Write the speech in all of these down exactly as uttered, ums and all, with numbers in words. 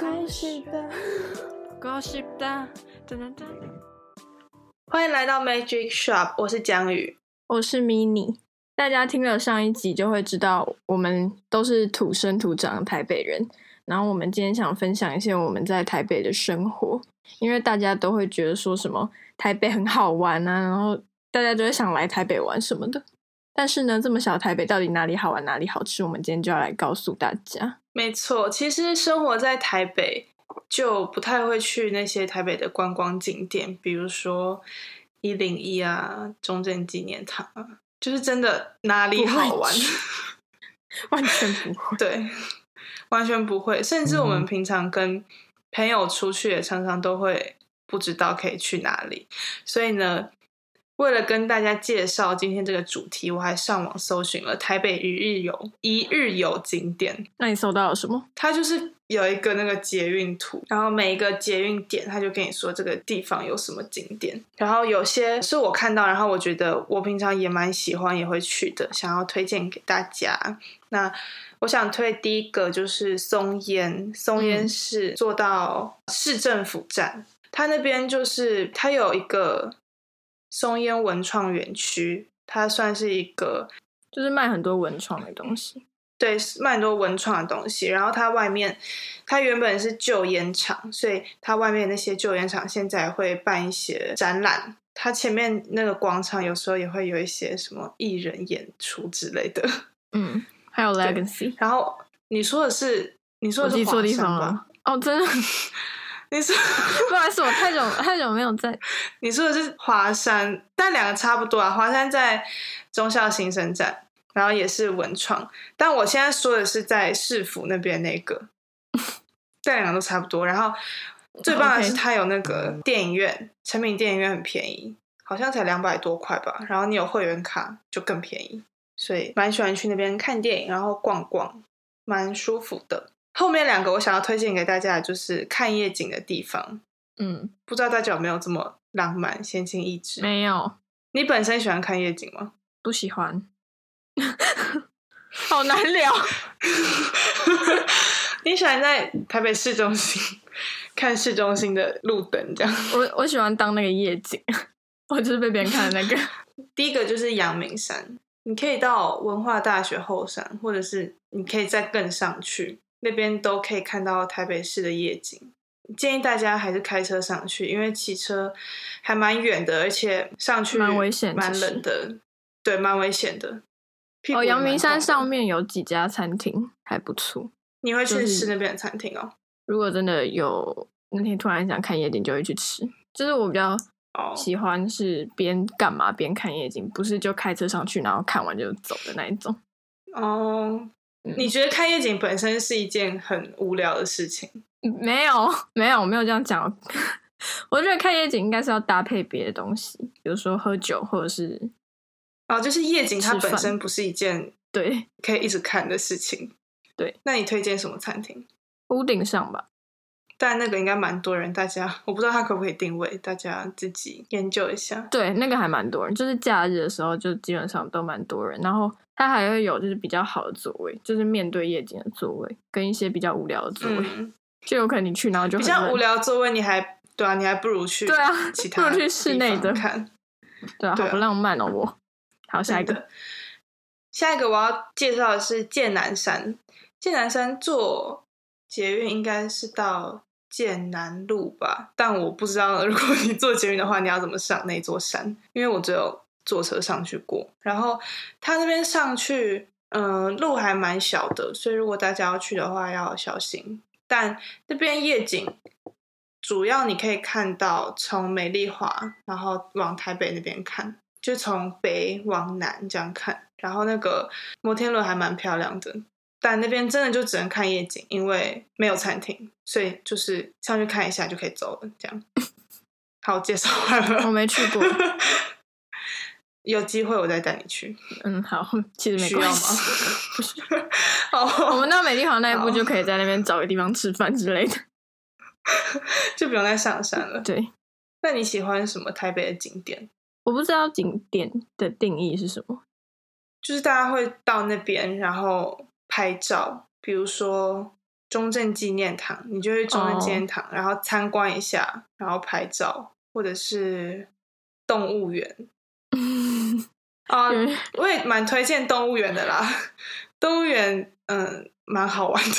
Gossip 的 Gossip 的，噔噔噔。 欢迎来到 Magic Shop， 我是江宇， 我是 Mini。大家听了上一集就会知道，我们都是土生土长的台北人。然后我们今天想分享一些我们在台北的生活，因为大家都会觉得说什么台北很好玩啊，然后大家就会想来台北玩什么的。但是呢，这么小的台北到底哪里好玩哪里好吃，我们今天就要来告诉大家。 没错，其实生活在台北就不太会去那些台北的观光景点，比如说一零一啊、中正纪念堂啊，就是真的哪里好玩完全不会。 对，完全不会。甚至我们平常跟朋友出去也常常都会不知道可以去哪里。所以呢，为了跟大家介绍今天这个主题，我还上网搜寻了台北一日游一日游景点。 那你搜到了什么？ 它就是有一个那个捷运图，然后每一个捷运点它就跟你说这个地方有什么景点，然后有些是我看到，然后我觉得我平常也蛮喜欢也会去的，想要推荐给大家。那我想推第一个就是松烟，松烟是坐到市政府站，它那边就是它有一个松烟文创园区，它算是一个就是卖很多文创的东西， 对，卖很多文创的东西。然后它外面，它原本是旧烟厂，所以它外面那些旧烟厂现在会办一些展览。它前面那个广场有时候也会有一些什么艺人演出之类的。 嗯，还有 Legacy。 然后你说的是，你说的是华山吧？ 哦，真的。 你说不好意思，我太久太久没有在。 你说的是华山，但两个差不多啊。华山在忠孝新生站，然后也是文创，但我现在说的是在市府那边那个，这两个都差不多。然后最棒的是它有那个电影院，成品电影院很便宜，好像才两百多块吧。然后你有会员卡就更便宜，所以蛮喜欢去那边看电影，然后逛逛，蛮舒服的。后面两个我想要推荐给大家的就是看夜景的地方。 嗯， 不知道大家有没有这么浪漫、闲情逸致？ 没有。 你本身喜欢看夜景吗？ 不喜欢。好难聊。 你喜欢在台北市中心看市中心的路灯这样？ 我我喜欢当那个夜景，我就是被别人看的那个。 第一个就是阳明山，你可以到文化大学后山，或者是你可以再更上去，那边都可以看到台北市的夜景。建议大家还是开车上去，因为骑车还蛮远的，而且上去蛮危险， 蛮冷的，对，蛮危险的。 哦，阳明山上面有几家餐厅还不错。 你会去吃那边的餐厅哦？就是、 如果真的有那天突然想看夜景，就会去吃。就是我比较喜欢是边干嘛边看夜景，不是就开车上去然后看完就走的那一种。 哦、嗯，你觉得看夜景本身是一件很无聊的事情？ 没有，没有，我没有这样讲。我觉得看夜景应该是要搭配别的东西，比如说喝酒或者是哦，就是夜景它本身不是一件对可以一直看的事情。 对， 那你推荐什么餐厅？ 屋顶上吧。 但那个应该蛮多人，大家我不知道它可不可以定位，大家自己研究一下。 对，那个还蛮多人，就是假日的时候就基本上都蛮多人。然后它还会有就是比较好的座位，就是面对夜景的座位，跟一些比较无聊的座位。嗯，就有可能你去然后就很比较无聊的座位，你还对啊，你还不如去对啊， 其他不如去室内的看。 对啊，好不浪漫哦！我好，下一个， 下一个我要介绍的是剑南山。剑南山坐捷运应该是到剑南路吧，但我不知道如果你坐捷运的话，你要怎么上那座山？因为我只有坐车上去过。然后它那边上去，嗯、呃，路还蛮小的，所以如果大家要去的话要小心。但那边夜景主要你可以看到从美丽华，然后往台北那边看，就从北往南这样看。然后那个摩天轮还蛮漂亮的，但那边真的就只能看夜景，因为没有餐厅，所以就是上去看一下就可以走了。这样，好，介绍完了。 我没去过， 有机会我再带你去。 嗯，好，其实没关系。 不需要吗？好， 我们到美丽华那一步就可以在那边找个地方吃饭之类的， 就不用再上山了。 对， 那你喜欢什么台北的景点？ 我不知道景点的定义是什么。 就是大家会到那边然后拍照，比如说中正纪念堂，你就去中正纪念堂、oh. 然后参观一下，然后拍照，或者是动物园啊、uh, 我也蛮推荐动物园的啦，动物园嗯蛮好玩的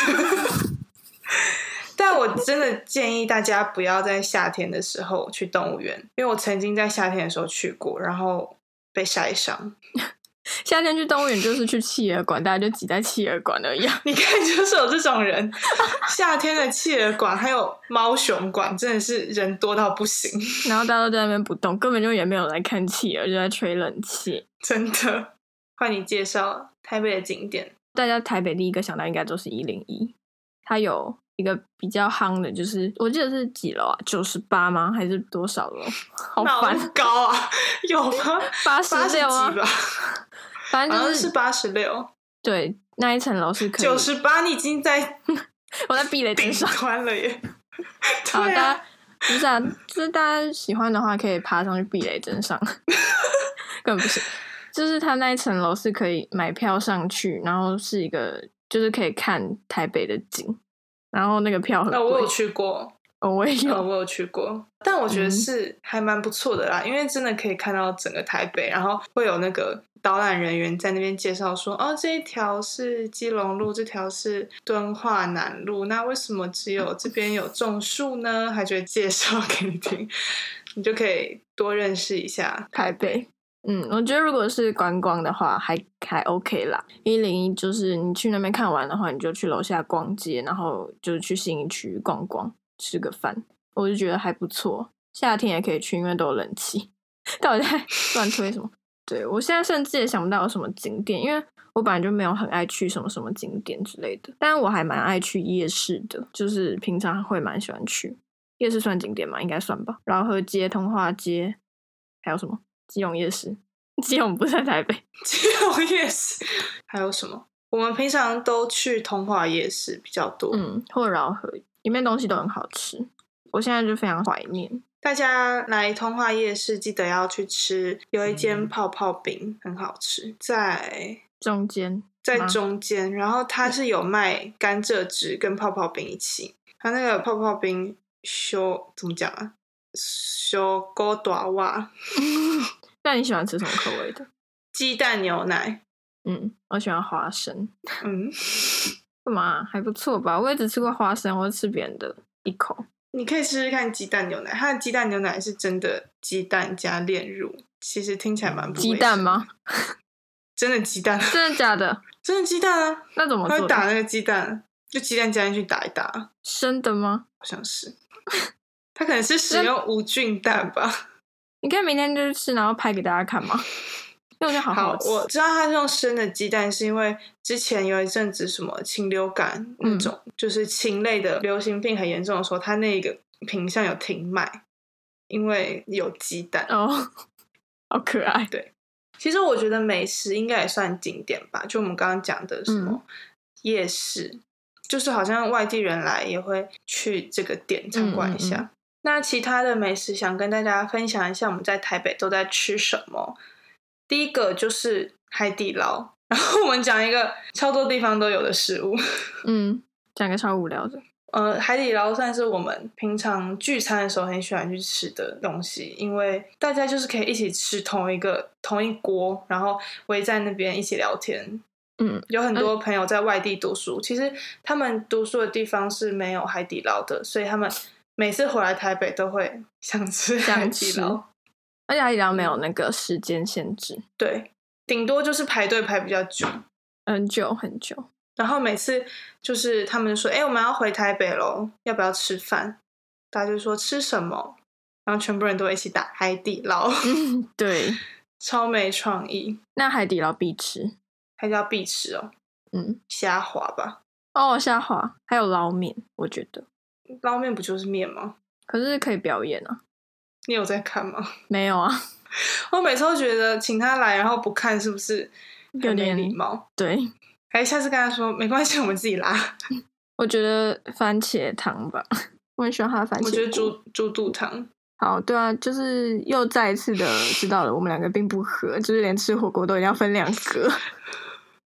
但我真的建议大家不要在夏天的时候去动物园，因为我曾经在夏天的时候去过，然后被晒伤。 夏天去动物园就是去企鹅馆，大家就挤在企鹅馆而已、啊、 你看就是有这种人夏天的企鹅馆还有猫熊馆真的是人多到不行， 然后大家都在那边不动，根本就也没有来看企鹅，就在吹冷气。 真的。换你介绍台北的景点。 大家台北第一个想到应该都是一零一，它有一个比较夯的，就是我记得是几楼啊？九十八吗？还是多少楼？好烦， 好高啊！有吗？ 八十六啊，反正就是是八十六。 对，那一层楼是可以。 九十八，你已经在我在避雷针上关了耶。 好，大家不是啊，就是大家喜欢的话，可以爬上去避雷针上，根本不行。就是它那一层楼是可以买票上去，然后是一个就是可以看台北的景。然后那个票很贵、 哦、我有去过、 哦、我也有、 哦、我有去过，但我觉得是还蛮不错的啦、嗯、因为真的可以看到整个台北，然后会有那个导览人员在那边介绍说，哦，这一条是基隆路，这条是敦化南路，那为什么只有这边有种树呢？还就会介绍给你听，你就可以多认识一下台北。 嗯，我觉得如果是观光的话还还 OK 啦。一零一就是你去那边看完的话，你就去楼下逛街，然后就是去信义区逛逛，吃个饭，我就觉得还不错。夏天也可以去，因为都有冷气。到底在乱推什么？对，我现在甚至也想不到有什么景点，因为我本来就没有很爱去什么什么景点之类的，但我还蛮爱去夜市的，就是平常会蛮喜欢去。夜市算景点吗？应该算吧。饶河街、通化街，还有什么？基隆夜市，基隆不是在台北。 基隆夜市还有什么？我们平常都去通化夜市比较多， 嗯，或饶河，里面东西都很好吃。我现在就非常怀念。 大家来通化夜市记得要去吃，有一间泡泡饼、嗯、很好吃，在中间， 在中间，然后它是有卖甘蔗汁跟泡泡饼一起。它那个泡泡饼修怎么讲啊？修勾大瓦。 那你喜欢吃什么口味的？ 鸡蛋牛奶。 嗯，我喜欢花生。 嗯， 干嘛？还不错吧？我也只吃过花生，我吃别人的一口。 你可以试试看鸡蛋牛奶，它的鸡蛋牛奶是真的鸡蛋加炼乳，其实听起来蛮不卫生。 鸡蛋吗？ 真的鸡蛋？ 真的假的？ 真的鸡蛋啊！ 那怎么做？ 他会打那个鸡蛋，就鸡蛋加进去打一打。 生的吗？ 好像是。他可能是使用无菌蛋吧。 你可以明天就吃，然后拍给大家看吗？因为我觉得好好吃。 好，我知道他是用生的鸡蛋，是因为之前有一阵子什么禽流感那种，嗯、就是禽类的流行病很严重的时候，他那个品项有停卖，因为有鸡蛋。 哦，好可爱。 对，其实我觉得美食应该也算景点吧，就我们刚刚讲的什么夜市，嗯、就是好像外地人来也会去这个店参观一下。嗯嗯嗯，那其他的美食想跟大家分享一下，我们在台北都在吃什么。第一个就是海底捞，然后我们讲一个超多地方都有的食物。 嗯，讲一个超无聊的。 呃，海底捞算是我们平常聚餐的时候很喜欢去吃的东西，因为大家就是可以一起吃同一个同一锅，然后围在那边一起聊天。 嗯， 有很多朋友在外地读书，嗯、其实他们读书的地方是没有海底捞的，所以他们每次回来台北都会想吃海底捞。 而且海底捞没有那个时间限制， 对，顶多就是排队排比较久， 很久很久。 然后每次就是他们就说：“哎、欸，我们要回台北咯，要不要吃饭？”大家就说吃什么，然后全部人都会一起打海底捞。 嗯，对， 超没创意。 那海底捞必吃， 海底捞必吃哦。 嗯， 虾滑吧。 哦，虾滑，还有捞面，我觉得捞面不就是面吗？ 可是可以表演啊。 你有在看吗？ 没有啊。 我每次都觉得请他来然后不看是不是很没礼貌？ 对， 还是下次跟他说没关系，我们自己拉。 我觉得番茄汤吧，我很喜欢他的番茄。 我觉得猪猪肚汤。 好，对啊，就是又再一次的知道了我们两个并不合，就是连吃火锅都一定要分两格。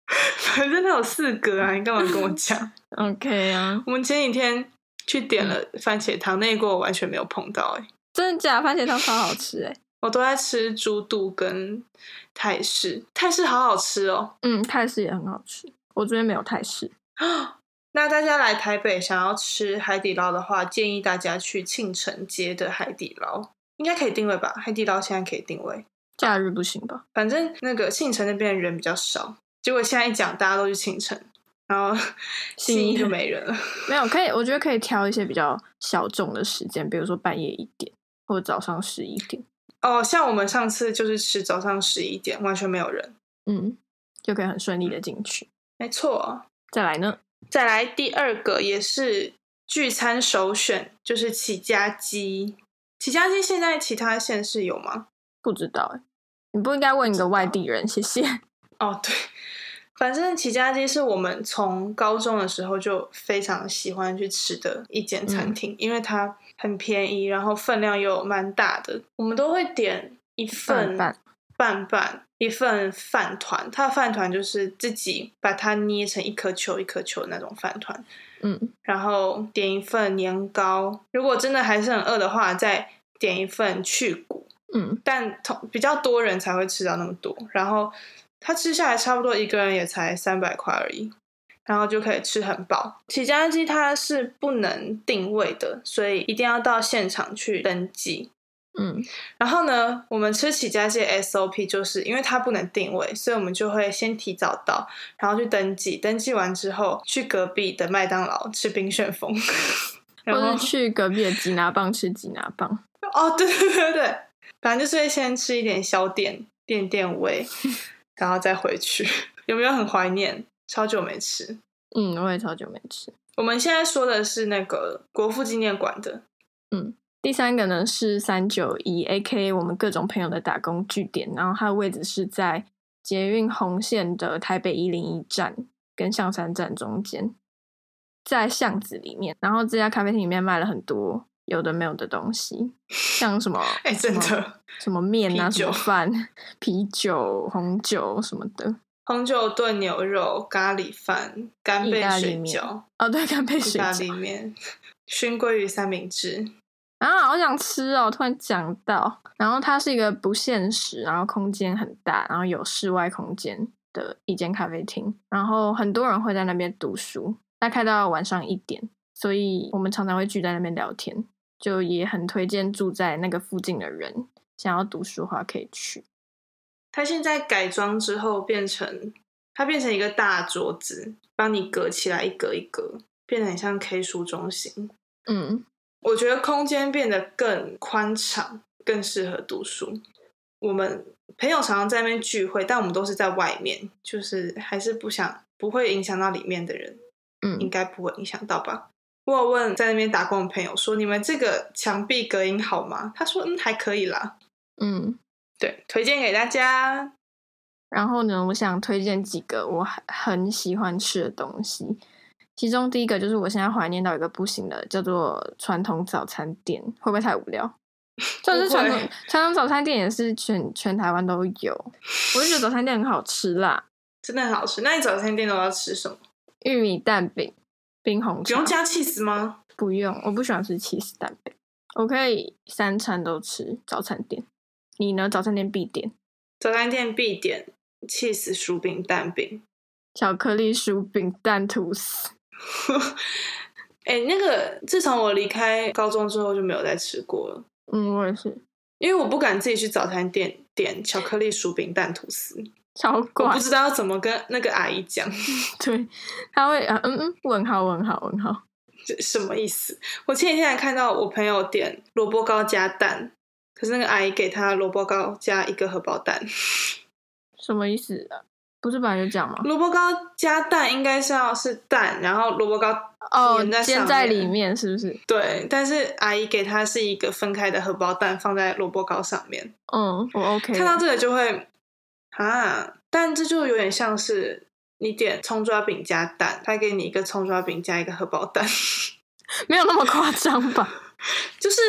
反正它有四个啊，你干嘛跟我讲 ？OK 啊， 我们前几天去点了番茄汤，那一锅我完全没有碰到哎、欸， 真的假？番茄汤超好吃哎、欸！ 我都在吃猪肚跟泰式，泰式好好吃哦。 嗯，泰式也很好吃，我这边没有泰式。 那大家来台北想要吃海底捞的话，建议大家去庆城街的海底捞，应该可以定位吧？海底捞现在可以定位， 假日不行吧？ 反正那个庆城那边人比较少，结果现在一讲大家都去庆城，然后信义就没人了。 没有，可以，我觉得可以挑一些比较小众的时间，比如说半夜一点或者早上十一点。 哦，像我们上次就是吃早上十一点，完全没有人， 嗯，就可以很顺利的进去。 没错。 再来呢？ 再来第二个也是聚餐首选，就是起家鸡。起家鸡现在其他县市有吗？ 不知道哎，你不应该问一个外地人，谢谢。 哦，对，反正起家鸡是我们从高中的时候就非常喜欢去吃的一间餐厅，嗯、因为它很便宜，然后分量又蛮大的，我们都会点一份半半半一份饭团，它的饭团就是自己把它捏成一颗球一颗球的那种饭团， 嗯， 然后点一份年糕，如果真的还是很饿的话，再点一份去骨， 嗯， 但比较多人才会吃到那么多，然后它吃下来差不多一个人也才三百块而已，然后就可以吃很饱。起家鸡它是不能定位的，所以一定要到现场去登记。 嗯， 然后呢，我们吃起家鸡的 S O P 就是因为它不能定位，所以我们就会先提早到，然后去登记，登记完之后去隔壁的麦当劳吃冰旋风， 或是去隔壁的吉拿棒吃吉拿棒。 哦，对对对对，反正就是会先吃一点小点垫垫胃，然后再回去。有没有很怀念？超久没吃。 嗯，我也超久没吃。 我们现在说的是那个国父纪念馆的。 嗯。第三个呢是三九一 A K A 我们各种朋友的打工据点，然后它的位置是在捷运红线的台北一零一站跟象山站中间，在巷子里面。然后这家咖啡厅里面卖了很多有的没有的东西，像什么哎、欸，真的什么面啊，什么饭、啤酒、红酒什么的， 红酒炖牛肉、咖喱饭、干贝水饺， 哦对，干贝水饺、 意大利面、熏鲑鱼三明治。 啊，好想吃哦！突然讲到，然后它是一个不限时，然后空间很大，然后有室外空间的一间咖啡厅，然后很多人会在那边读书，大概到晚上一点，所以我们常常会聚在那边聊天，就也很推荐住在那个附近的人，想要读书的话可以去。 它现在改装之后变成，它变成一个大桌子，帮你隔起来一格一格，变得很像 K 书中心。 嗯。 我觉得空间变得更宽敞，更适合读书。我们朋友常常在那边聚会，但我们都是在外面，就是还是不想不会影响到里面的人， 嗯， 应该不会影响到吧。我有问在那边打工的朋友说，你们这个墙壁隔音好吗？他说嗯还可以啦。 嗯， 对，推荐给大家。 然后呢，我想推荐几个我很喜欢吃的东西。其中第一个就是我现在怀念到一个不行的，叫做传统早餐店，会不会太无聊？就是传统传统早餐店也是全全台湾都有，我就觉得早餐店很好吃啦， 真的很好吃。那你早餐店都要吃什么？ 玉米蛋饼、冰红茶。 不用加起司吗？ 不用，我不喜欢吃起司蛋饼，我可以三餐都吃早餐店。你呢？早餐店必点？ 早餐店必点起司薯饼蛋饼、 巧克力薯饼蛋吐司。 哎、欸，那个自从我离开高中之后就没有再吃过了。 嗯，我也是， 因为我不敢自己去早餐店点巧克力薯饼蛋吐司， 超怪， 我不知道要怎么跟那个阿姨讲。 对，他会嗯嗯问号问号问号， 这什么意思？我前几天还看到我朋友点萝卜糕加蛋，可是那个阿姨给他萝卜糕加一个荷包蛋， 什么意思啊？不是本来就讲吗？ 萝卜糕加蛋应该是要是蛋，然后萝卜糕哦在煎在里面，是不是？ 对，但是阿姨给他是一个分开的荷包蛋放在萝卜糕上面。 嗯，我 OK。 看到这个就会啊，但这就有点像是你点葱抓饼加蛋，他给你一个葱抓饼加一个荷包蛋， 没有那么夸张吧？ 就是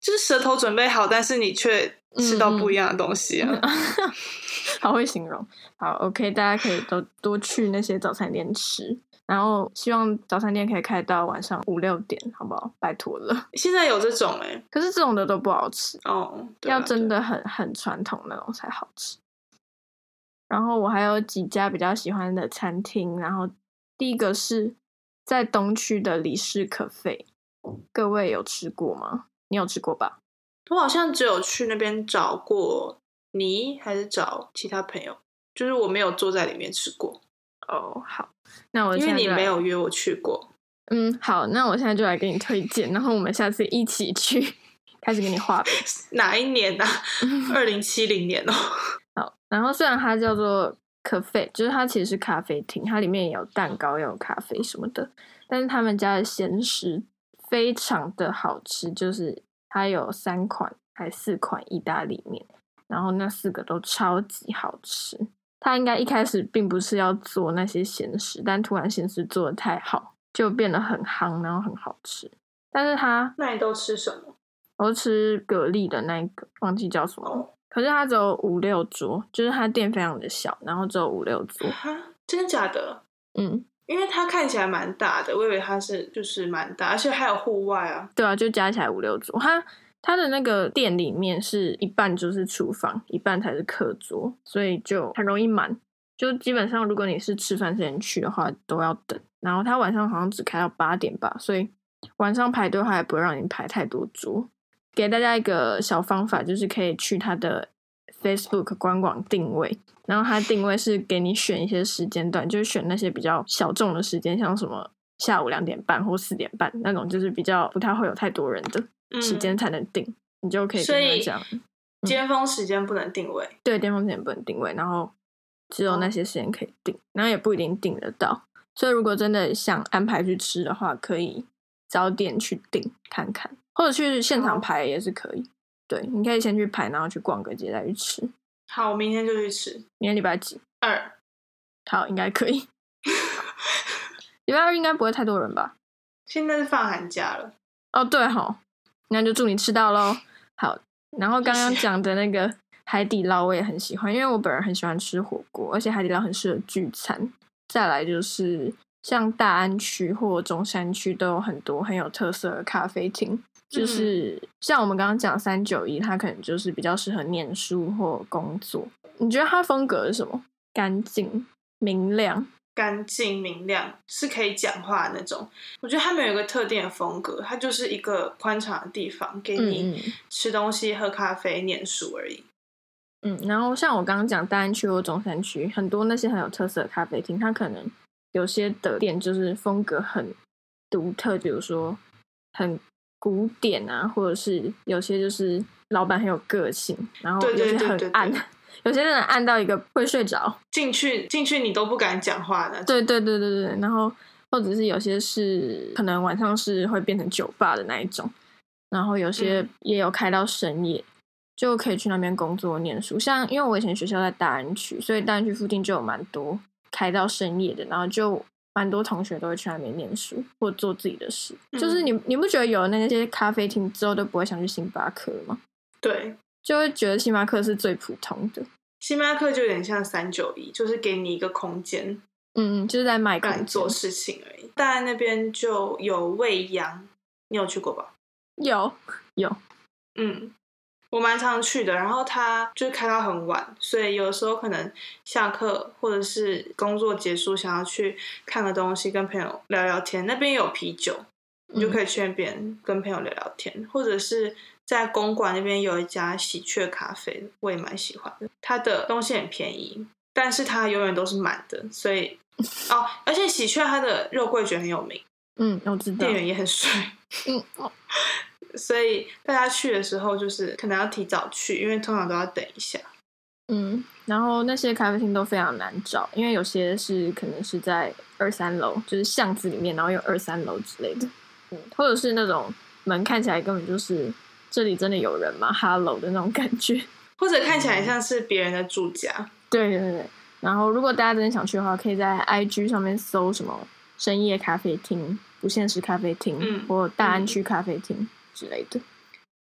就是舌头准备好，但是你却吃到不一样的东西啊。 嗯、好会形容。好 OK， 大家可以都多去那些早餐店吃，然后希望早餐店可以开到晚上五六点，好不好？拜托了。 现在有这种哎、欸， 可是这种的都不好吃哦， 要真的很很传统那种才好吃。然后我还有几家比较喜欢的餐厅，然后第一个是在东区的李氏可费，各位有吃过吗？你有吃过吧？ 我好像只有去那边找过你，还是找其他朋友，就是我没有坐在里面吃过。 哦，好，那我因为你没有约我去过。 嗯，好，那我现在就来给你推荐，然后我们下次一起去，开始给你画饼。 哪一年啊？二零七零年哦。 好，然后虽然它叫做可费，就是它其实是咖啡厅，它里面也有蛋糕，也有咖啡什么的，但是他们家的咸食非常的好吃，就是它有三款还四款意大利面，然后那四个都超级好吃。他应该一开始并不是要做那些咸食，但突然咸食做得太好，就变得很夯，然后很好吃。但是他那你都吃什么？ 我吃蛤蜊的那一个，忘记叫什么。 哦， 可是它只有五六桌，就是它店非常的小，然后只有五六桌。 哈，真的假的？ 嗯， 因为它看起来蛮大的，我以为它是就是蛮大，而且还有户外啊。 对啊，就加起来五六桌。它它的那个店里面是一半就是厨房，一半才是客桌，所以就很容易满。就基本上如果你是吃饭时间去的话，都要等。然后它晚上好像只开到八点吧，所以晚上排队的话也不会让你排太多桌。给大家一个小方法，就是可以去它的 Facebook 官网定位，然后它定位是给你选一些时间段，就是选那些比较小众的时间，像什么下午两点半或四点半那种，就是比较不太会有太多人的时间才能定，嗯、你就可以跟他讲。 尖峰时间不能定位、嗯， 对，巅峰时间不能定位，然后只有那些时间可以定，然后也不一定定得到。所以如果真的想安排去吃的话，可以早点去定看看。或者去现场排也是可以，对，你可以先去排，然后去逛个街再去吃。 好，我明天就去吃。 明天礼拜几？ 二。 好，应该可以。礼拜二应该不会太多人吧？ 现在是放寒假了。 哦，对齁，那就祝你吃到咯。好，然后刚刚讲的那个海底捞我也很喜欢，因为我本人很喜欢吃火锅，而且海底捞很适合聚餐。再来就是像大安区或中山区都有很多很有特色的咖啡厅。就是像我们刚刚讲三九一，它可能就是比较适合念书或工作。你觉得它风格是什么？干净、明亮、 干净明亮，是可以讲话的那种。我觉得他们有一个特定的风格，它就是一个宽敞的地方，给你吃东西、喝咖啡、念书而已。 嗯，然后像我刚刚讲大安区或中山区，很多那些很有特色的咖啡厅，它可能有些的店就是风格很独特，比如说很古典啊，或者是有些就是老板很有个性，然后有些很暗，对对对对对，有些人暗到一个会睡着， 进去进去你都不敢讲话的。 对对对对对，然后或者是有些是可能晚上是会变成酒吧的那一种，然后有些也有开到深夜，嗯、就可以去那边工作念书。像因为我以前学校在大安区，所以大安区附近就有蛮多开到深夜的，然后就蛮多同学都会去那边念书或做自己的事。嗯、就是你你不觉得有那些咖啡厅之后都不会想去星巴克吗？ 对， 就会觉得星巴克是最普通的。 星巴克就有点像三九一，就是给你一个空间， 嗯，就是在卖空间做事情而已。大安那边就有未央，你有去过吧？ 有有， 嗯，我蛮常去的。然后它就是开到很晚，所以有时候可能下课或者是工作结束，想要去看个东西，跟朋友聊聊天。那边有啤酒，你就可以去那边跟朋友聊聊天，嗯、或者是在公馆那边有一家喜鹊咖啡，我也蛮喜欢的。它的东西很便宜，但是它永远都是满的，所以哦，而且喜鹊它的肉桂卷很有名。 嗯，我知道， 店员也很帅。 嗯，哦， 所以大家去的时候就是可能要提早去，因为通常都要等一下。 嗯，然后那些咖啡厅都非常难找，因为有些是可能是在二三楼，就是巷子里面，然后有二三楼之类的。嗯，或者是那种门看起来根本就是这里真的有人吗 ？Hello 的那种感觉， 或者看起来像是别人的住家。 对对对。然后如果大家真的想去的话，可以在 I G 上面搜什么深夜咖啡厅、不现实咖啡厅、嗯、或大安区咖啡厅之类的。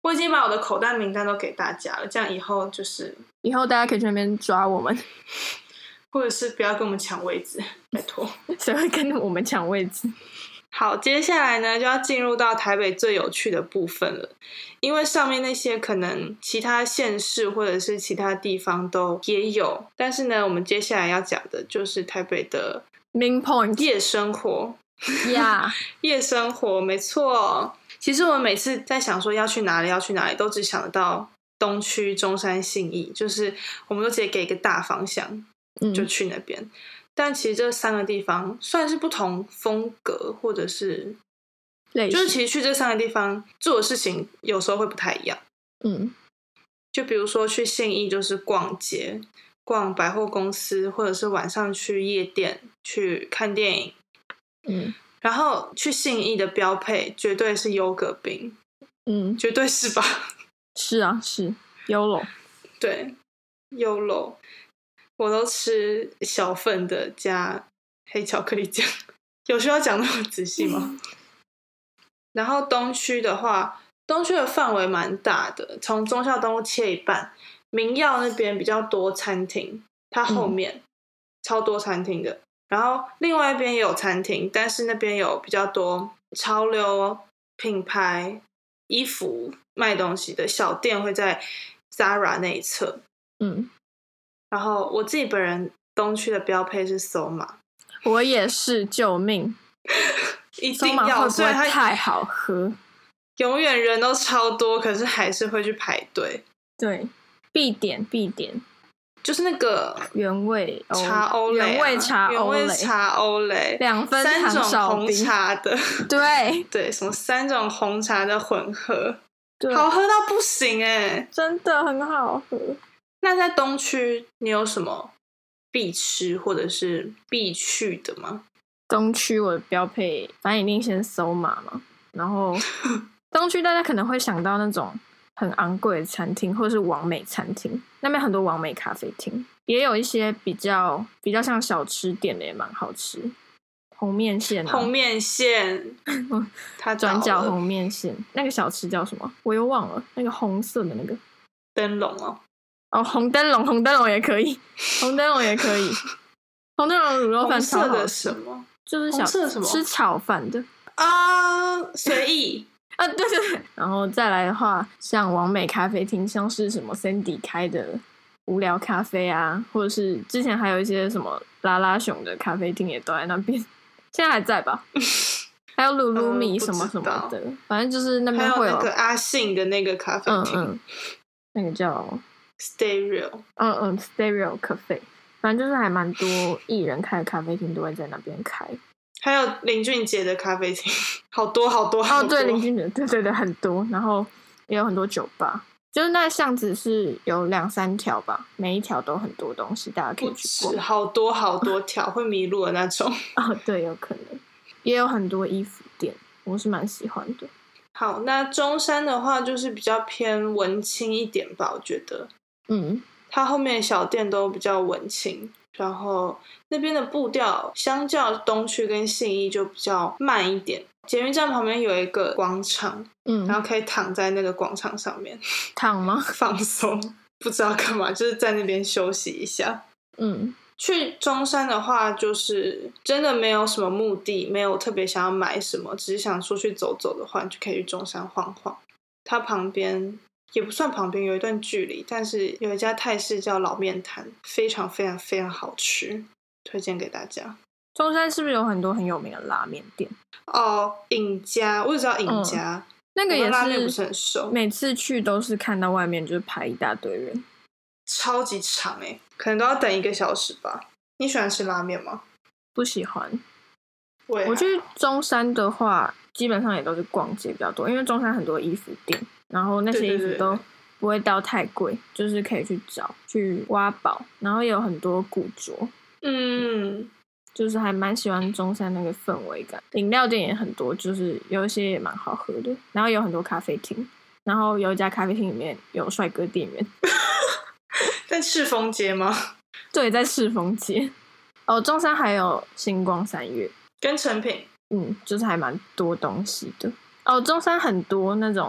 我已经把我的口袋名单都给大家了，这样以后就是以后大家可以去那边抓我们， 或者是不要跟我们抢位置，拜托。 谁会跟我们抢位置？ 好，接下来呢就要进入到台北最有趣的部分了，因为上面那些可能其他县市或者是其他地方都也有，但是呢我们接下来要讲的就是台北的 main point 夜生活呀， yeah, 夜生活没错。其实我们每次在想说要去哪里要去哪里都只想得到东区、中山、信义，就是我们都直接给一个大方向就去那边、嗯，但其实这三个地方算是不同风格，或者是就是其实去这三个地方做的事情有时候会不太一样。 嗯， 就比如说去信义就是逛街、逛百货公司，或者是晚上去夜店去看电影。 嗯， 然后去信义的标配绝对是优格冰， 嗯， 绝对是吧？ 是啊，是 Y O L O， 对 Y O L O， 我都吃小份的加黑巧克力酱，有需要讲那么仔细吗？然后东区的话，东区的范围蛮大的，从忠孝东路切一半，明耀那边比较多餐厅，它后面、嗯、超多餐厅的。然后另外一边也有餐厅，但是那边有比较多潮流品牌衣服卖东西的小店会在 Zara 那一侧。 嗯， 然后我自己本人东区的标配是 Soma， 我也是，救命！ 一定要， 会不会太好喝？ 永远人都超多，可是还是会去排队。 对，必点必点。 就是那个原味茶欧蕾、啊， 原味茶欧蕾， 原味茶欧蕾， 两分三种红冰茶的， 对对，什么三种红茶的混合，好喝到不行哎、欸， 真的很好喝。 那在东区，你有什么必吃或者是必去的吗？ 东区我的标配，反正一定先搜马嘛，然后东区大家可能会想到那种很昂贵的餐厅，或者是网美餐厅，那边很多网美咖啡厅，也有一些比较比较像小吃店的，也蛮好吃。红面线、啊， 红面线，它转角红面线，那个小吃叫什么？我又忘了，那个红色的那个灯笼哦， 哦，红灯笼，红灯笼也可以，红灯笼也可以，红灯笼卤肉饭超好吃。 红色的什么？ 就是小什么吃炒饭的啊，随意。 啊，对对对，然后再来的话，像网美咖啡厅，像是什么 Sandy 开的无聊咖啡啊，或者是之前还有一些什么拉拉熊的咖啡厅也都在那边，现在还在吧？还有鲁鲁米什么什么的，嗯、反正就是那边会有那个阿信的那个咖啡厅、 嗯嗯，那个叫 Stereo， 嗯嗯 Stereo Cafe， 反正就是还蛮多艺人开的咖啡厅都会在那边开。 还有林俊杰的咖啡厅，好多好多好多。 哦，对，林俊杰，对对对，很多。然后也有很多酒吧，就是那巷子是有两三条吧，每一条都很多东西，大家可以去逛。 好多好多条，会迷路的那种。 哦，对，有可能。也有很多衣服店，我是蛮喜欢的。 好，那中山的话就是比较偏文青一点吧，我觉得。 嗯， 它后面的小店都比较文青。然后那边的步调相较东区跟信义就比较慢一点，捷运站旁边有一个广场， 嗯， 然后可以躺在那个广场上面躺吗？ 放松，不知道干嘛，就是在那边休息一下。 嗯， 去中山的话就是真的没有什么目的，没有特别想要买什么，只是想出去走走的话，你就可以去中山晃晃。它旁边也不算旁边，有一段距离，但是有一家泰式叫老面摊，非常非常非常好吃，推荐给大家。 中山是不是有很多很有名的拉面店？ 哦，尹家，我只知道尹家、嗯， 那个也是拉面不是很熟， 每次去都是看到外面就是排一大堆人， 超级长哎、欸，可能都要等一个小时吧。你喜欢吃拉面吗？ 不喜欢。 我, 我去中山的话，基本上也都是逛街比较多，因为中山很多衣服店。然后那些衣服都不会到太贵，就是可以去找去挖宝，然后也有很多古着， 嗯， 就是还蛮喜欢中山那个氛围感。饮料店也很多，就是有一些也蛮好喝的，然后有很多咖啡厅，然后有一家咖啡厅里面有帅哥店员。 在赤峰街吗？ 对，在赤峰街。哦，中山还有星光三月跟成品， 嗯，就是还蛮多东西的。哦，中山很多那种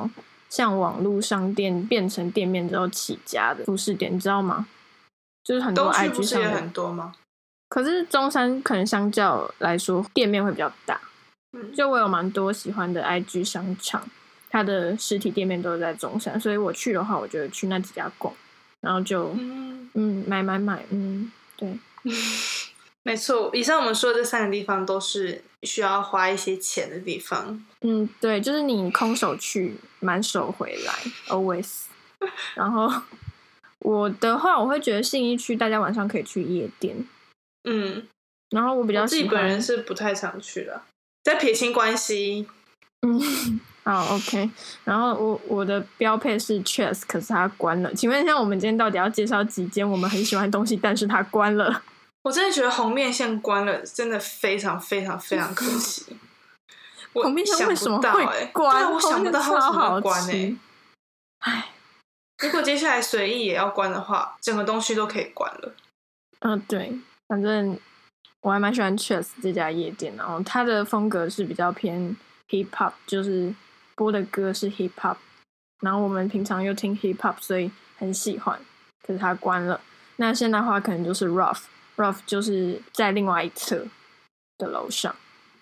像网络商店变成店面之后起家的服饰店，你知道吗？就是很多 I G 上面也很多吗？ 可是中山可能相较来说店面会比较大， 嗯， 就我有蛮多喜欢的 I G 商场，它的实体店面都是在中山，所以我去的话，我就去那几家逛，然后就嗯嗯买买买，嗯对。 没错，以上我们说的这三个地方都是需要花一些钱的地方。 嗯，对，就是你空手去，满手回来 ，always。然后我的话，我会觉得信义区大家晚上可以去夜店， 嗯， 然后我比较喜欢， 我自己本人是不太常去的，在撇清关系。 嗯，好 ，OK。然后我我的标配是 Chess， 可是它关了。请问一下，我们今天到底要介绍几间我们很喜欢的东西，但是它关了？ 我真的觉得红面线关了，真的非常非常非常可惜。 红面线为什么会关？ 欸、我想不到它为什么会关呢、欸？ 唉， 如果接下来随意也要关的话，整个东西都可以关了。 嗯、呃，对，反正我还蛮喜欢 Chess 这家夜店，然后它的风格是比较偏 hip hop， 就是播的歌是 hip hop， 然后我们平常又听 hip hop， 所以很喜欢。可是它关了，那现在的话可能就是 Rough。Rough 就是在另外一侧的楼上，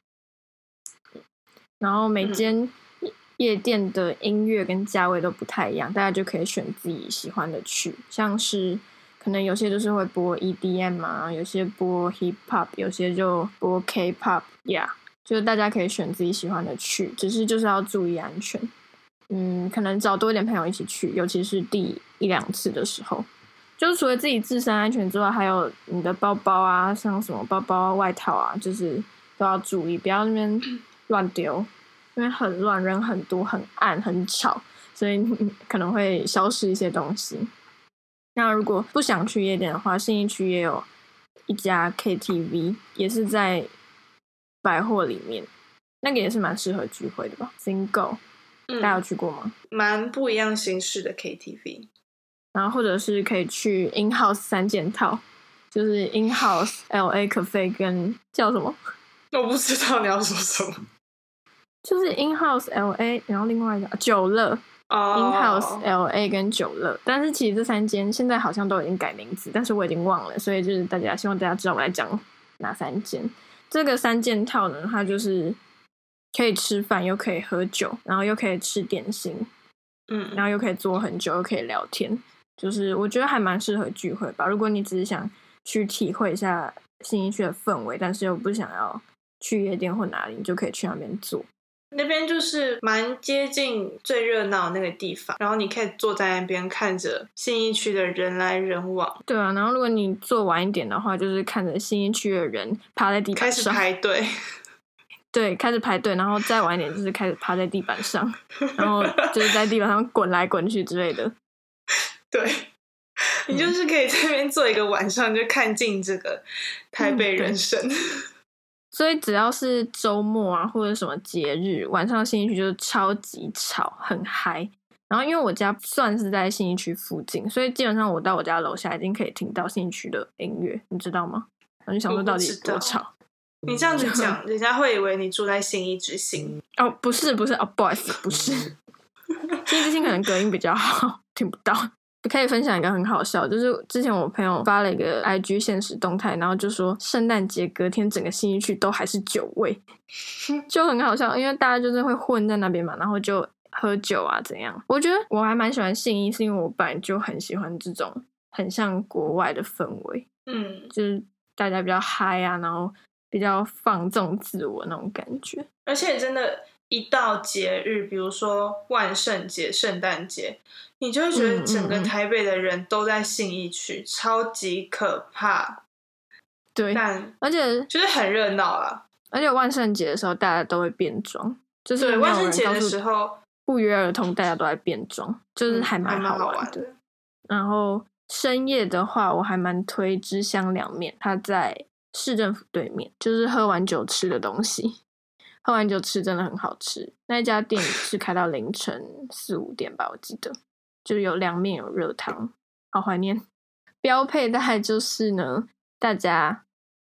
然后每间夜店的音乐跟价位都不太一样，大家就可以选自己喜欢的去，像是可能有些就是会播 E D M 啊，有些播 hip hop， 有些就播 K-pop， yeah， 就是大家可以选自己喜欢的去，只是就是要注意安全，嗯，可能找多一点朋友一起去，尤其是第一两次的时候。就是除了自己自身安全之外，还有你的包包啊，像什么包包、外套啊，就是都要注意，不要那边乱丢，因为很乱，人很多，很暗，很吵，所以可能会消失一些东西。那如果不想去夜店的话，信义区也有一家 K T V， 也是在百货里面，那个也是蛮适合聚会的吧 ？Single，、嗯、大家有去过吗？ 蛮不一样形式的 K T V。 然后或者是可以去 In-house 三件套，就是 In-house L A Cafe 跟叫什么？ 我不知道你要说什么。 就是 In-house L A， 然后另外一个酒乐、oh. In-house L A 跟酒乐，但是其实这三间现在好像都已经改名字，但是我已经忘了，所以就是大家希望大家知道我来讲哪三间。这个三件套呢，它就是可以吃饭，又可以喝酒，然后又可以吃点心， 嗯， 然后又可以坐很久，又可以聊天。就是我觉得还蛮适合聚会吧，如果你只是想去体会一下信义区的氛围，但是又不想要去夜店或哪里，你就可以去那边坐。 那边就是蛮接近最热闹那个地方，然后你可以坐在那边看着信义区的人来人往。 对啊，然后如果你坐晚一点的话，就是看着信义区的人趴在地板上开始排队。 对，开始排队，然后再晚一点就是开始趴在地板上，然后就是在地板上滚来滚去之类的。 对，你就是可以在那边坐一个晚上，就看尽这个台北人生。嗯、 所以只要是周末啊，或者什么节日，晚上信义区就是超级吵，很嗨。然后因为我家算是在信义区附近，所以基本上我到我家楼下已经可以听到信义区的音乐，你知道吗？然后就想说到底多吵。 你这样子讲，人家会以为你住在信义之星。 哦，不是不是哦，不好意思，不是。信义之星可能隔音比较好，听不到。可以分享一个很好笑，就是之前我朋友发了一个 I G 限时动态，然后就说圣诞节隔天整个信义区都还是酒味，就很好笑，因为大家就是会混在那边嘛，然后就喝酒啊怎样。我觉得我还蛮喜欢信义，是因为我本来就很喜欢这种很像国外的氛围， 嗯， 就是大家比较嗨啊，然后比较放纵自我那种感觉。 而且真的一到节日，比如说万圣节、圣诞节，你就会觉得整个台北的人都在信义区，嗯嗯嗯，超级可怕。 对， 但而且就是很热闹啦。 而且万圣节的时候，大家都会变装，就是对万圣节的时候不约而同，大家都在变装，就是还蛮好玩的。嗯、 玩的然后深夜的话，我还蛮推知香凉面，它在市政府对面，就是喝完酒吃的东西。喝完酒吃真的很好吃，那一家店是开到凌晨四五点吧，我记得，就有凉面有热汤，好怀念。标配大概就是呢，大家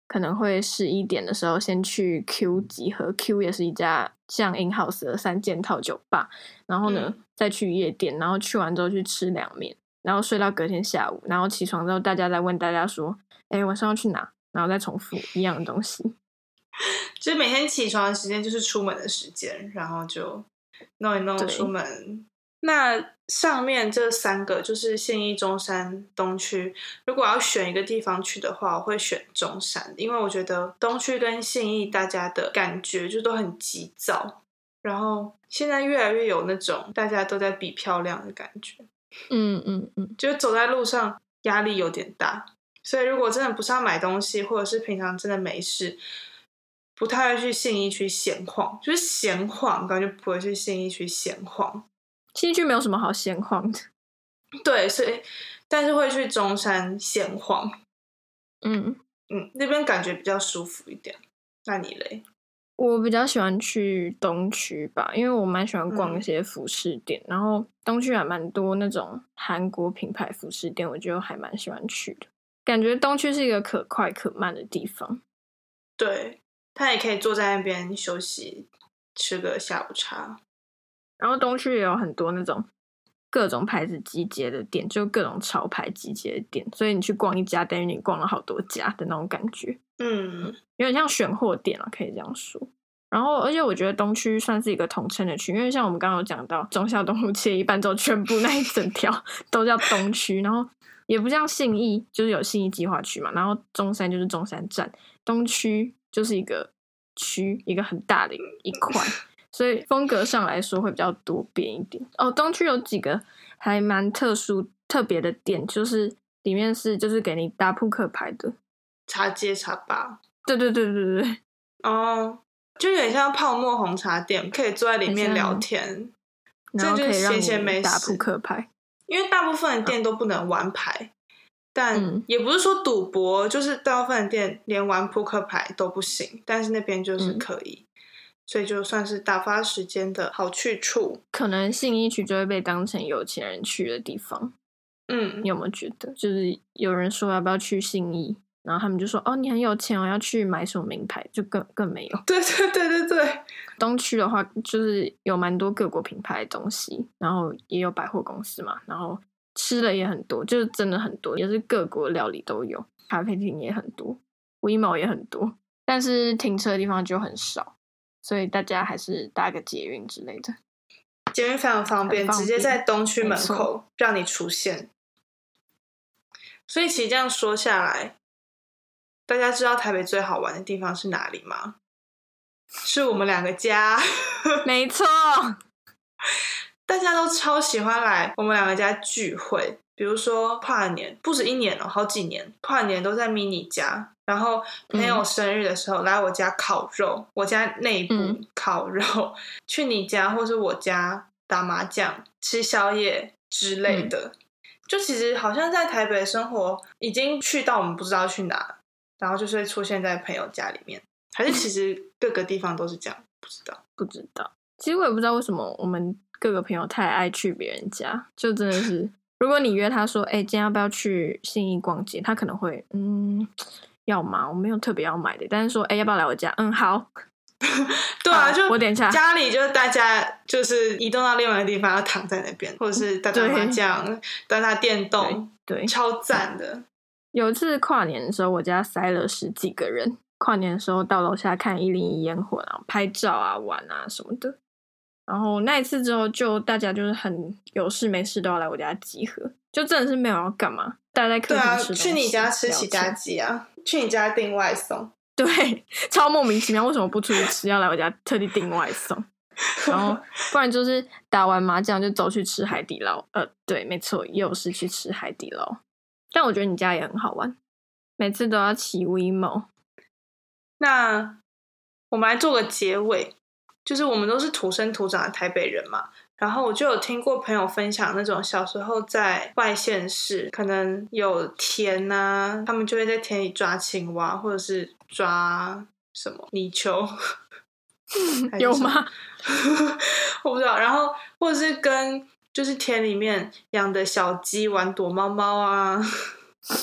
可能会十一点的时候先去 Q 集合 ，Q 也是一家像 in-house 的三件套酒吧，然后呢、嗯、再去夜店，然后去完之后去吃凉面，然后睡到隔天下午，然后起床之后大家再问大家说，哎，晚上要去哪？然后再重复一样的东西。 就是每天起床的时间就是出门的时间，然后就弄一弄出门。那上面这三个就是信义、中山、东区，如果要选一个地方去的话，我会选中山，因为我觉得东区跟信义大家的感觉就都很急躁，然后现在越来越有那种大家都在比漂亮的感觉。 嗯嗯嗯， 就是走在路上压力有点大，所以如果真的不是要买东西，或者是平常真的没事，不太会去信义区闲晃，就是闲晃，感觉不会去信义区闲晃。 信义区没有什么好闲晃的， 对，所以但是会去中山闲晃。 嗯嗯，那边感觉比较舒服一点。那你嘞？ 我比较喜欢去东区吧，因为我蛮喜欢逛一些服饰店，嗯、然后东区还蛮多那种韩国品牌服饰店，我就还蛮喜欢去的。感觉东区是一个可快可慢的地方。 对，他也可以坐在那边休息，吃个下午茶。 然后东区也有很多那种各种牌子集结的店，就各种潮牌集结的店，所以你去逛一家等于你逛了好多家的那种感觉。 嗯， 有点像选货店啊，可以这样说。然后而且我觉得东区算是一个统称的区，因为像我们刚刚有讲到忠孝东路切一半之后，全部那一整条都叫东区，然后也不像信义就是有信义计划区嘛，然后中山就是中山站，东区就是一个区，一个很大的一块，所以风格上来说会比较多变一点。哦，东区有几个还蛮特殊特别的店，就是里面是就是给你打扑克牌的茶街茶吧。 对对对对对哦，就有点像泡沫红茶店，可以坐在里面聊天， 然后可以让你打扑克牌。 因为大部分的店都不能玩牌，但也不是说赌博，就是大部分的店连玩扑克牌都不行，但是那边就是可以。嗯，所以就算是打发时间的好去处。 可能信义区就会被当成有钱人去的地方。 嗯， 你有没有觉得就是有人说要不要去信义，然后他们就说哦你很有钱哦，要去买什么名牌，就更更没有。 对对对对对。 东区的话就是有蛮多各国品牌的东西，然后也有百货公司嘛，然后吃的也很多，就是真的很多，也是各国料理都有，咖啡厅也很多，WeMall也很多，但是停车的地方就很少，所以大家还是搭个捷运之类的。 捷运非常方便，直接在东区门口让你出现。所以其实这样说下来，大家知道台北最好玩的地方是哪里吗？是我们两个家。 没错。 大家都超喜欢来我们两个家聚会，比如说跨年，不止一年哦，好几年跨年都在 mini 家，然后朋友生日的时候、嗯、来我家烤肉，我家内部烤肉、嗯、去你家或是我家打麻将吃宵夜之类的、嗯、就其实好像在台北的生活已经去到我们不知道去哪，然后就是会出现在朋友家里面，还是其实各个地方都是这样，不知道不知道其实我也不知道为什么我们各个朋友太爱去别人家，就真的是如果你约他说哎、欸，今天要不要去信义逛街，他可能会嗯要吗，我没有特别要买的，但是说哎、欸，要不要来我家，嗯好。 对啊，就我点下家里就是大家就是移动到另外一个地方要躺在那边，或者是打打麻将打打电动， 对, 对超赞的。 有一次跨年的时候我家塞了十几个人，跨年的时候到楼下看一零一烟火，然后拍照啊玩啊什么的，然后那一次之后就大家就是很有事没事都要来我家集合，就真的是没有要干嘛，待在客厅吃东西。 对啊，去你家吃起家鸡啊，去你家订外送。 对，超莫名其妙，为什么不出去吃，要来我家特地订外送？然后不然就是打完麻将就走去吃海底捞。呃，对，没错，又是去吃海底捞。但我觉得你家也很好玩，每次都要骑 WeMo。 那我们来做个结尾，就是我们都是土生土长的台北人嘛，然后我就有听过朋友分享那种小时候在外县市可能有田啊，他们就会在田里抓青蛙或者是抓什么泥鳅。 有吗？ 我不知道。然后或者是跟就是田里面养的小鸡玩躲猫猫啊，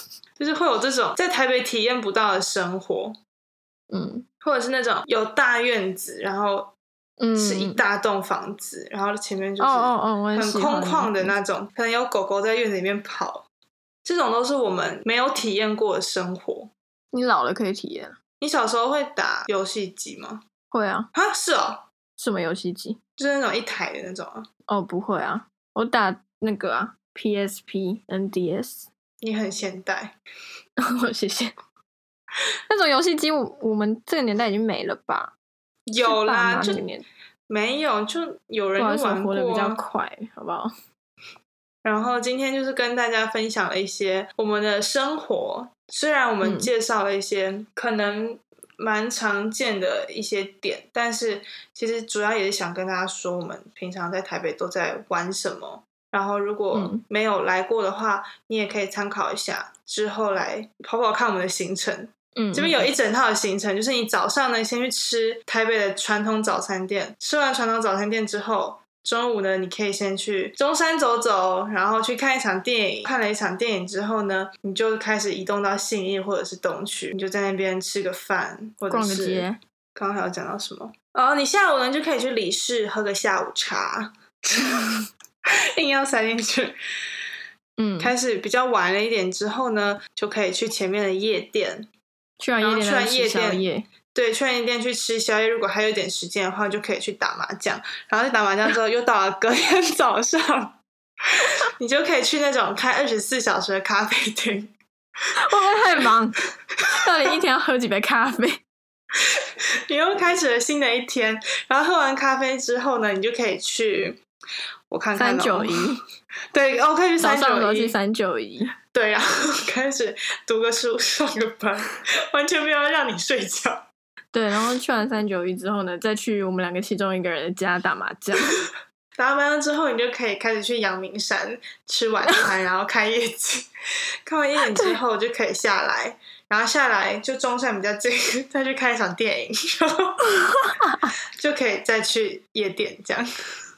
就是会有这种在台北体验不到的生活， 嗯， 或者是那种有大院子，然后是一大栋房子， 嗯、 然后前面就是很空旷的那种，可能有狗狗在院子里面跑，这种都是我们没有体验过的生活。 你老了可以体验。 你小时候会打游戏机吗？ 会啊。 啊，是哦。 什么游戏机？ 就是那种一台的那种啊。 哦，不会啊，我打那个啊 P S P、N D S。 你很现代。 谢谢。那种游戏机我我们这个年代已经没了吧？ 有啦，就年没有，就有人就玩过， 活得比较快，好不好？ 然后今天就是跟大家分享了一些我们的生活，虽然我们介绍了一些可能蛮常见的一些点，嗯、但是其实主要也是想跟大家说，我们平常在台北都在玩什么。然后如果没有来过的话，嗯、你也可以参考一下，之后来跑跑看我们的行程。嗯，这边有一整套的行程，就是你早上呢先去吃台北的传统早餐店，吃完传统早餐店之后，中午呢你可以先去中山走走，然后去看一场电影，看了一场电影之后呢，你就开始移动到信义或者是东区，你就在那边吃个饭，或者是逛个街。刚刚还有讲到什么？哦，你下午呢就可以去李氏喝个下午茶，硬要塞进去。嗯，开始比较晚了一点之后呢，就可以去前面的夜店。 去完夜店吃宵夜， 对，去完夜店去吃宵夜。如果还有点时间的话，就可以去打麻将。然后去打麻将之后，又到了隔天早上，你就可以去那种开二十四小时的咖啡厅。 会不会太忙？到底一天要喝几杯咖啡？ 你又开始了新的一天。然后喝完咖啡之后呢，你就可以去，我看看、哦、 三九一。 对，哦，可以去三九一。 早上去三九一。 对，然后开始读个书上个班，完全没有让你睡觉。 对，然后去完三九一之后呢，再去我们两个其中一个人的家打麻将。 打完麻将之后，你就可以开始去阳明山吃晚餐，然后看夜景。看完夜景之后就可以下来，然后下来就中山比较近，再去看一场电影，然后就可以再去夜店这样。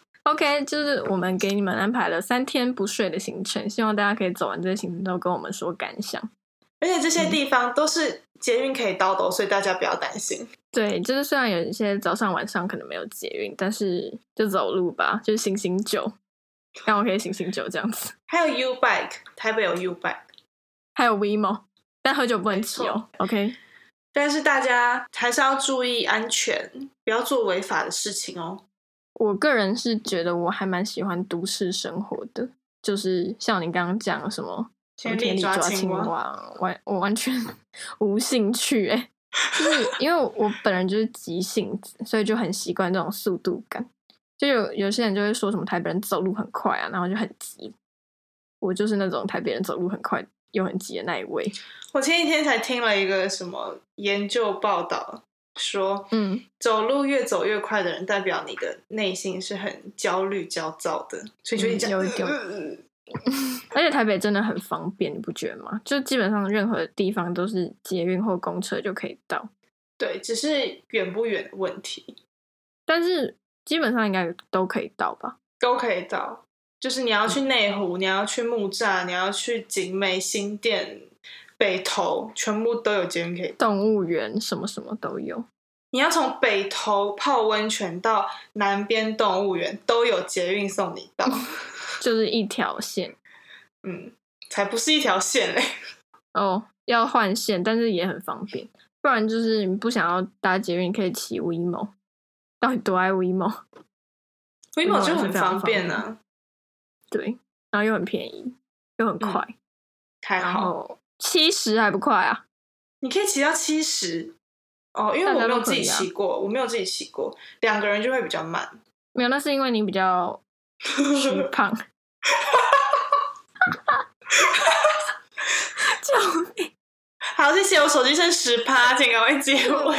OK， 就是我们给你们安排了三天不睡的行程，希望大家可以走完这些行程都跟我们说感想。 而且这些地方都是捷运可以到的，所以大家不要担心。 对，就是虽然有一些早上晚上可能没有捷运，但是就走路吧，就是行行酒，刚好可以行行酒这样子。 还有 U Bike， 台北有 U Bike， 还有 WeMo， 但喝酒不能骑哦。OK， 但是大家还是要注意安全，不要做违法的事情哦。 我个人是觉得我还蛮喜欢都市生活的，就是像你刚刚讲什么田里抓青蛙，完我完全无兴趣哎、欸，就是因为我本人就是急性子，所以就很习惯这种速度感。就有有些人就会说什么台北人走路很快啊，然后就很急。我就是那种台北人走路很快又很急的那一位。 我前几天才听了一个什么研究报道。说，嗯，走路越走越快的人，代表你的内心是很焦虑、焦躁的，所以就一直、嗯、 有一点。而且台北真的很方便，你不觉得吗？就基本上任何地方都是捷运或公车就可以到。 对，只是远不远的问题。 但是基本上应该都可以到吧？ 都可以到，就是你要去内湖，嗯、你要去木栅，你要去景美、新店。北投全部都有捷运可以， 动物园什么什么都有。 你要从北投泡温泉到南边动物园都有捷运送你到， 就是一条线。 嗯，才不是一条线嘞。 哦，要换线，但是也很方便。不然就是你不想要搭捷运，可以骑 WeMo。到底多爱 WeMo？WeMo 就很方便啊。 对，然后又很便宜，又很快，嗯、 太好。 七十还不快啊？ 你可以骑到七十哦，因为我没有自己骑过，啊、我没有自己骑过，两个人就会比较慢。 没有，那是因为你比较虚胖。救命！ 好，谢谢，我手机剩十趴，请赶快接尾。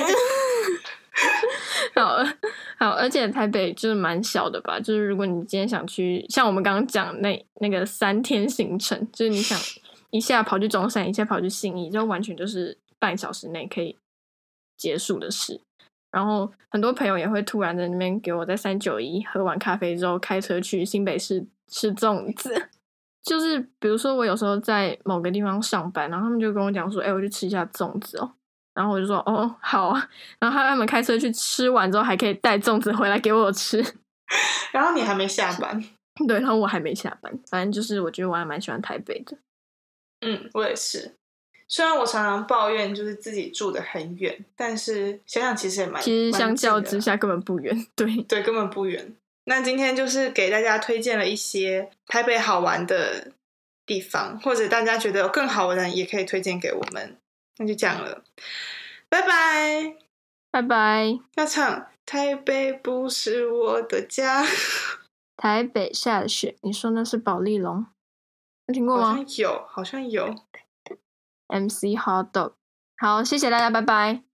好，好，而且台北就是蛮小的吧？就是如果你今天想去，像我们刚刚讲那那个三天行程，就是你想。一下跑去中山，一下跑去信义，就完全就是半小时内可以结束的事。然后很多朋友也会突然在那边给我在三九一喝完咖啡之后开车去新北市吃粽子， 就是比如说我有时候在某个地方上班，然后他们就跟我讲说，哎、欸，我去吃一下粽子哦。然后我就说，哦，好啊。然后他们开车去吃完之后，还可以带粽子回来给我吃。 然后你还没下班。 对，然后我还没下班。反正就是我觉得我还蛮喜欢台北的。 嗯，我也是。虽然我常常抱怨就是自己住得很远，但是想想其实也蛮其实相较之下根本不远。对对，根本不远。那今天就是给大家推荐了一些台北好玩的地方，或者大家觉得有更好玩的也可以推荐给我们。那就这样了，拜拜拜拜。 要唱台北不是我的家。 台北下的雪，你说那是保丽龙？有听过吗？ 好像有，好像有。 M C Hot Dog。好，谢谢大家，拜拜。